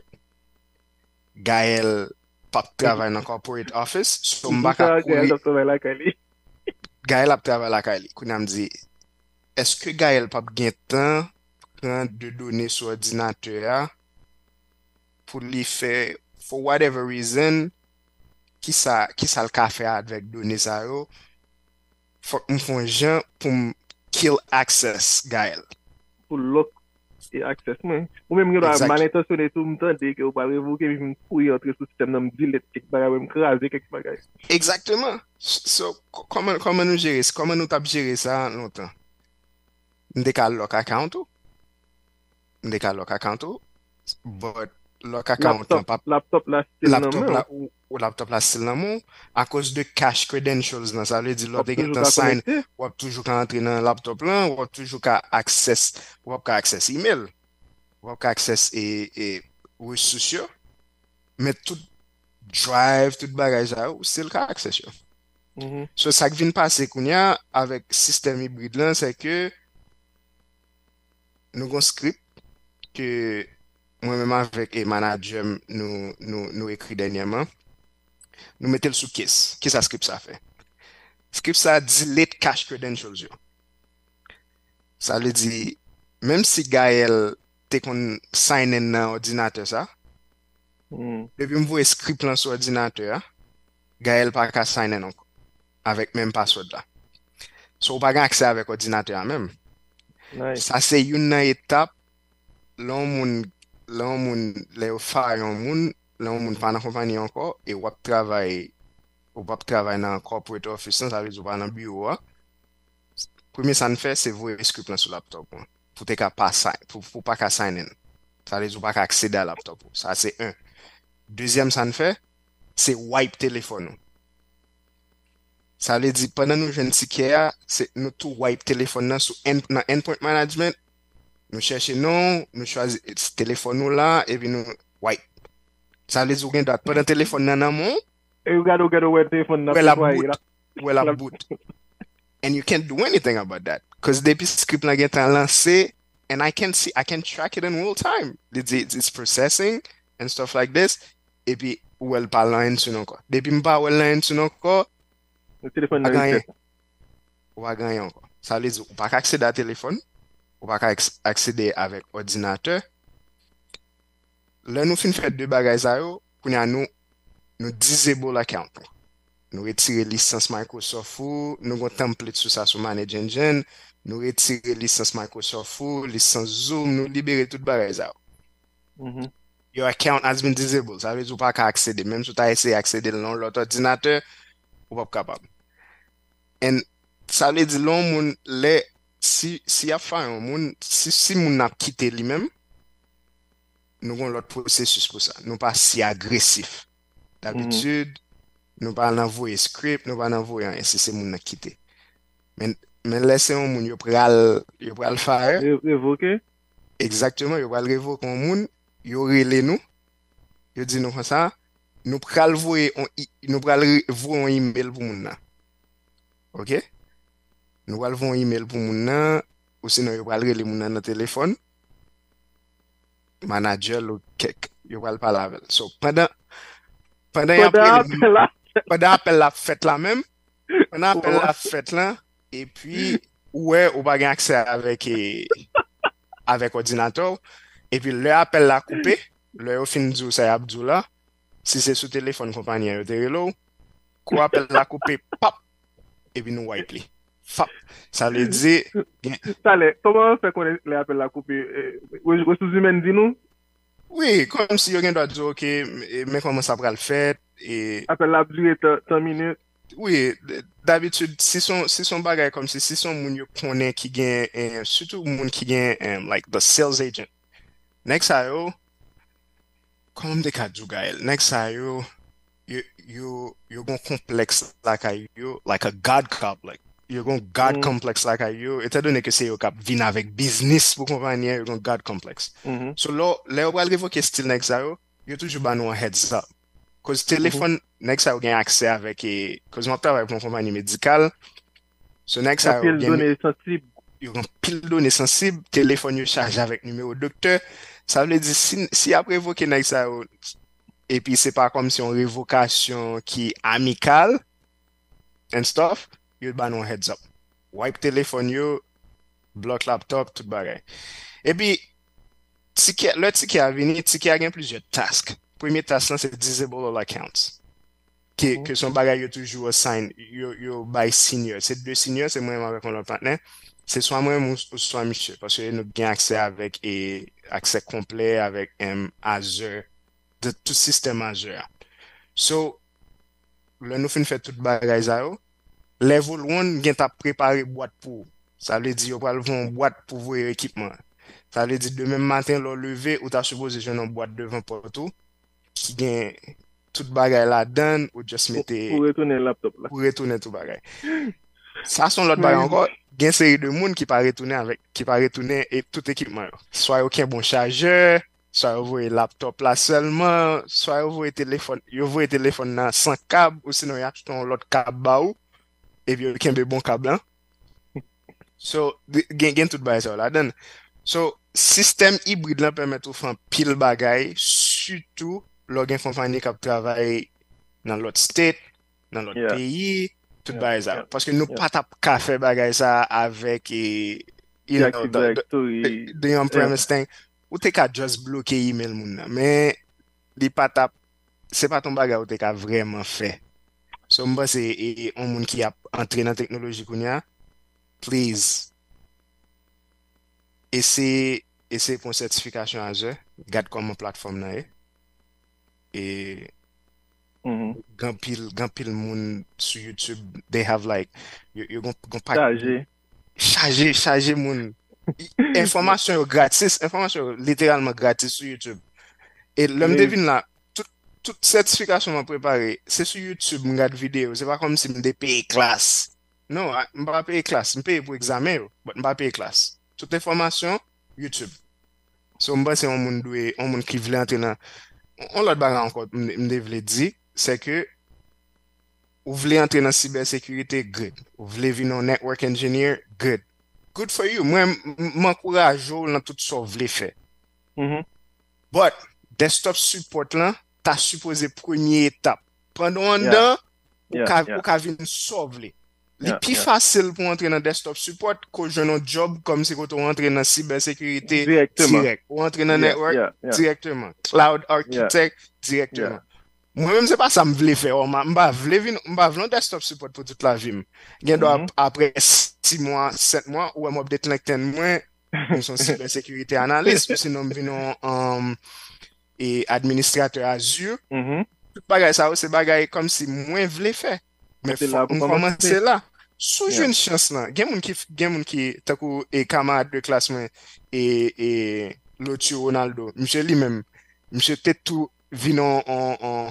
Gaël pas Et qui, travail dans corporate office, so et qui m'baka ça, Gaël, kouri, t'as travaillé là, Kali? Gaël ap travail la Kali. Kounya m'di, est-ce que Gaël pas gen temps prendre de données sur ordinateur pour lui faire, for whatever reason, qui ça, qui ça le ka fait avec données ça yo, faut que m'fon jan pour m kill access Gaël. Pour lock et access, moi. Ou même, il mal Exact. intentionné tout le temps, dès que vous parlez, vous, que vous courir entre sous système, dans me delete quelque bagage, me craser quelque bagage. Exactement. So, co- comment, comment nous gérer, comment nous tap gérer ça longtemps? M'de ka lock account ou? M'de ka lock account ou? But lock account Laptop, lan pa laptop là, still dans laptop main, la ou, ou laptop la stil nan moun, à cause de cache credentials nan, ça veut dire ou l'autre gen toujours tan qu'à sign, connecter. ou ap toujou ka entre nan laptop lan, ou ap toujou ka access, ou ap ka access email, ou ap ka access e, e resous yo, mais tout drive, tout bagay sa ou, still ka access yo. Mhm. So, ça qui vient passer kounya, avec système hybride lan, c'est que, nous gon script, que, moi-même avec e manager nous, nous, nous écrit dernièrement, nous mettons sous case. Qu'est-ce que script ça fait? Script ça delete cache credentials yo. Ça veut dire, même si Gaël te kon sign in dans ordinateur ça, Mhm. depuis me voye script là sur ordinateur, Gaël pas ka sign in encore avec même password là. So ou pas gen accès avec ordinateur même. Nice. Ça c'est une nan étape L'on moun, l'on moun, le yo fire yon moun, l'on moun pa nan kompani anko, e wap travay, ou wap travay nan corporate office, nan, sa vez ou pa nan bureau, a. Premier ça ne fait, c'est voir script là sur laptop. Hein. Pour te ka pas sign, pour, pour pas qu'à sign in. Ça veut dire ou pas qu'à accéder à laptop. Ça, c'est un. Deuxième, ça ne fait, c'est wipe téléphone. Ça veut dire, pendant nous jeunes tickets, c'est nous tout wipe téléphone là sur end, dans endpoint management. Nous cherchons non, nous choisissons ce téléphone nous là, et puis nous wipe. Ça veut dire, ou gen doit, pendant téléphone nan nan mon, E you gotta get away téléphone ou nan elle a nettoyer boot, la. ou elle a boot. And you can't do anything about that. Because depuis script là get lancé, and I can see, I can track it in real time. It's, it's, it's processing and stuff like this. Et puis, ou elle parle en sur encore. Depuis m'pa ou elle en sur encore, Le téléphone a nan gagné, reset. ou a gagné encore. Ça veut dire, ou pas accéder à téléphone, ou pas accéder avec ordinateur. Là, nous fin fait deux bagages ça yo, pour nous, nous disable l'account. Nous retirer licence Microsoft ou, nous avons template sur ça sur Manage Engine, nous retirer licence Microsoft ou, licence Zoom, nous libérer tout bagage ça. Mhm. Your account has been disabled. Ça veut dire pas qu'à accéder. Même si tu as essayé d'accéder dans l'autre ordinateur, ou pas capable. Et ça veut dire l'on moun les si si a fait un moun si si moun n'a quitté lui-même, nous avons l'autre processus pour ça. Nous pas si agressif. Mhm. D'habitude, nous pas envoyer script, nous pas envoyer rien si c'est moun n'a quitté. Mais mais laissez un moun yo pral yo pral faire Re- Revoke. exactement, yo pral révoquer un moun, yo relé nous, yo dit nous comme ça, nous pral voyer on i- nous pral voyer un email pour moun nan. OK? Nous pral voyer un email pour moun nan ou sinon yo pral relé moun nan dans téléphone, manager ou kek, yo pral parler avec. So pendant pendant y Pendant après les moun appel la. pendant appel la fête là même, pendant appel Ou- la fête là et puis ouais, ou pas gen accès avec eh, avec ordinateur. Et puis, le appel la coupé, le fin dit ça Abdou là, si c'est sous téléphone compagnie, yo te relo, quoi appel la coupé, pop, et puis nous wipe li. Fap. Ça veut dire, gen- Sale, koman fè konen le apel la koupe? Ou ressources humaines di nou? oui, comme si yo gen doit dire, ok, mais comment ça pral fait, et Apel la dure ten minutes. oui, d'habitude, si son, si son bagay comme si, si son moun yo konen ki gen, eh, surtout moun ki gen, eh, like the sales agent, next sa yo, comment de ka djou gael, next sa yo, you you you're going complex like I you like a God complex. You're going God Mhm. complex like I you. Étant donné que c'est yo kap vin avec business pour compagnie, you're going God complex. Mhm. So là, là on va révoquer style next yo, you toujours ban nou un heads up. Cause Mhm. téléphone next yo gen accès avec et cause moi travaille pour une compagnie médicale. So next Ka yo pil gen donè sensib. yo gen pile données sensibles, téléphone yo chargé avec numéro docteur. Ça veut dire si si après révoquer next yo et puis c'est pas comme si on révocation qui amicale and stuff, you ban un heads up. Wipe téléphone yo, block laptop, tout bagay. Et puis, ticket, le ticket a venu, ticket a gen plusieurs tasks. Premier task là, c'est disable all accounts. Que, Mhm. que son bagay yo toujours assign, yo, yo by senior. C'est deux seniors, c'est moi avec mon partenaire. C'est soit moi ou, ou soit monsieur, parce que nous avons accès avec, et accès complet avec um, Azure, de tout système Azure. So, le nous fin fait tout bagay ça yo, level one gen t'a préparé boîte pour. Ça veut dire, vous allez une boîte pour vos équipements. Ça veut dire, demain matin, le lever, ou t'as supposé jouer une boîte devant pour tout, qui gen tout bagay là-dedans, ou juste Pou mettez, pou retourner laptop la. ou retourner tout bagay. Ça, son l'autre bagay Mais, encore, gen série de monde qui pas retourner avec, qui pas retourner et tout équipement. Yo. Soit aucun bon chargeur, soit vous voyez laptop là seulement, soit vous voyez téléphone, vous voyez téléphone là sans câble, ou sinon il y a tout un l'autre câble ba ou, et puis il y a un bon câble là. So, di- gen, gen tout bagay sa la den. So, système hybride là permet ou faire pile bagay, surtout lò gen compagnie kap travay dans l'autre state, dans l'autre yeah, pays, tout yeah, bagay yeah, ça. Parce que nous yeah. pas tap ka fè bagay ça avec, eh, you The know, Active the, the, Directory. the on-premise thing. Ou te ka just bloquer email moun nan. Mais, li pa tap, c'est pas ton bagay ou te ka vraiment fait. So, mba se, e, on moun ki ap entre nan teknoloji koun ya, please, essaie essayer pour une certification à eux, garde comme une plateforme là, et Mhm. grand pile, grand pile moun sur YouTube, they have like, you, you gon, gon pack, Chargé. chargé, chargé moun. I- Information yo gratis, information yo littéralement gratis sur YouTube. Et l'homme Mais, devine là, tout, toute certification m'a préparé, c'est sur YouTube, je regarde vidéo, c'est pas comme si je payé classe. Non, je ne pas payer classe, je paye pour examen, yo, but je pas payer classe. Toute information, YouTube. So, je pense que c'est un monde doué, un monde qui veut entrer dans. On l'autre bagarre encore, je voulais dire, c'est que vous voulez entrer dans la cybersécurité, good. Vous voulez venir en network engineer, good. Good for you. Moi, je m'encourage dans tout ça que vous voulez faire. mhm. But, desktop support là, t'as supposé première étape. Pendant un Yeah, temps, ou yeah, ka, yeah, ou ka vin sauve li. Li yeah, plus yeah. facile pour entrer dans desktop support que jouer un job comme si quand on entre dans cybersécurité Directement. direct. Ou entrer dans Yeah, network yeah, yeah, directement. Cloud yeah, architect directement. yeah. Moi-même, c'est pas ça que je voulais faire. Je ne voulais vin- m'ba vle un desktop support pour toute la vie. Gen do Mhm. ap- après six mois, sept mois, ou je peut-être like mois, nous sommes cybersécurité analyst, ou sinon, je viens et administrateur Azure. Mhm. Tout bagay ça, c'est bagay comme si moi voulais faire. Mais C'est faut là pour on commencer. commencer là. Sous Yeah. une chance là. Gen moun ki gen moun ki takou et camarade de classe moi et et l'autre Ronaldo. Monsieur lui-même, monsieur t'es tout vino en en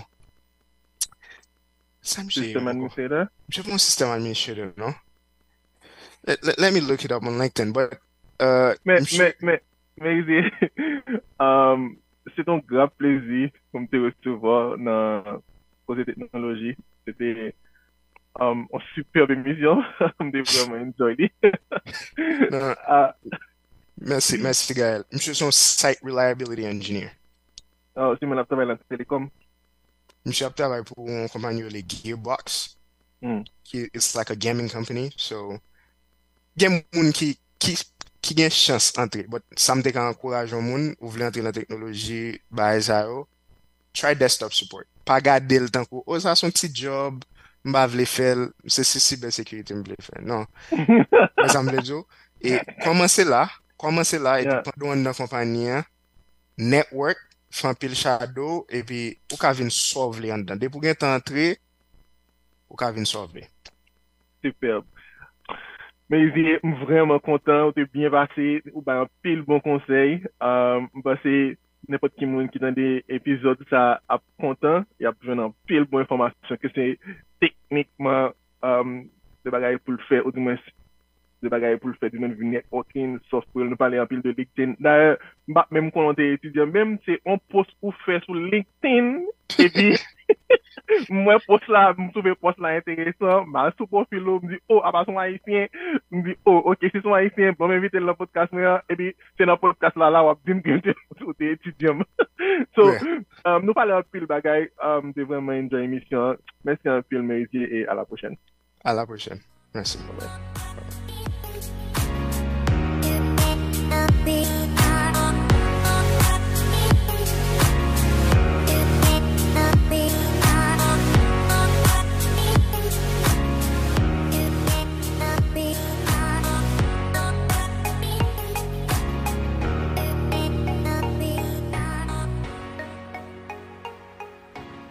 ça monsieur Système encore. administrateur. Monsieur mon système administrateur, non? Let, let, let me look it up on LinkedIn, but euh Mais, monsieur mais, mais, mais, euh, c'est un grand plaisir pour me te recevoir dans Causer Technologie. C'était euh, une superbe émission. Je vraiment enjoyé. non, Ah, merci merci Gaël. Monsieur son site reliability engineer. ah, si mon travail dans la télécom. Monsieur a travaillé pour une compagnie les Gearbox, Hmm. qui it's like a gaming company. So, gen moun qui qui qui gen chance entrer, but ça me dék encourage un moun ou vle entrer dans la technologie, ba ça yo, try desktop support. Pas garder le temps ko, oh ça son petit job, m'a vle faire, c'est c'est cybersécurité m'vle faire. Non, mais ça me vle dire et commencer là, commencer là et puis Yeah. pendant dans compagnie, hein, network, fan pile shadow et puis ou ka vin solve li an dedans. Dès pour gen temps entrer, ou ka vin solve li. Superbe. Mais je suis vraiment content, tu es bien passé, ou ben un pile bon conseil. Euh, bah, c'est n'importe qui monde qui dans des épisodes ça a content, il y a besoin d'un pile bon information que c'est techniquement euh, de bagaille pour le faire, ou du moins de bagaille pour le faire du même vu networking, software, nous parler un pile de LinkedIn. D'ailleurs, bah, même quand on est étudiant, même c'est on poste ou fait sur LinkedIn, et puis moi poste là, me trouve poste là intéressant, ma sous profil là, me dit oh ah bah son haïtien, me dit oh OK c'est son haïtien, bon m'inviter dans le podcast là et puis c'est dans le podcast là là on dit que tu es étudiant. So Ouais, um, nous parlons un pile bagaille, um, de vraiment enjoy l'émission. Merci un pile Méridier et à la prochaine. à la prochaine. Merci. Bye bye.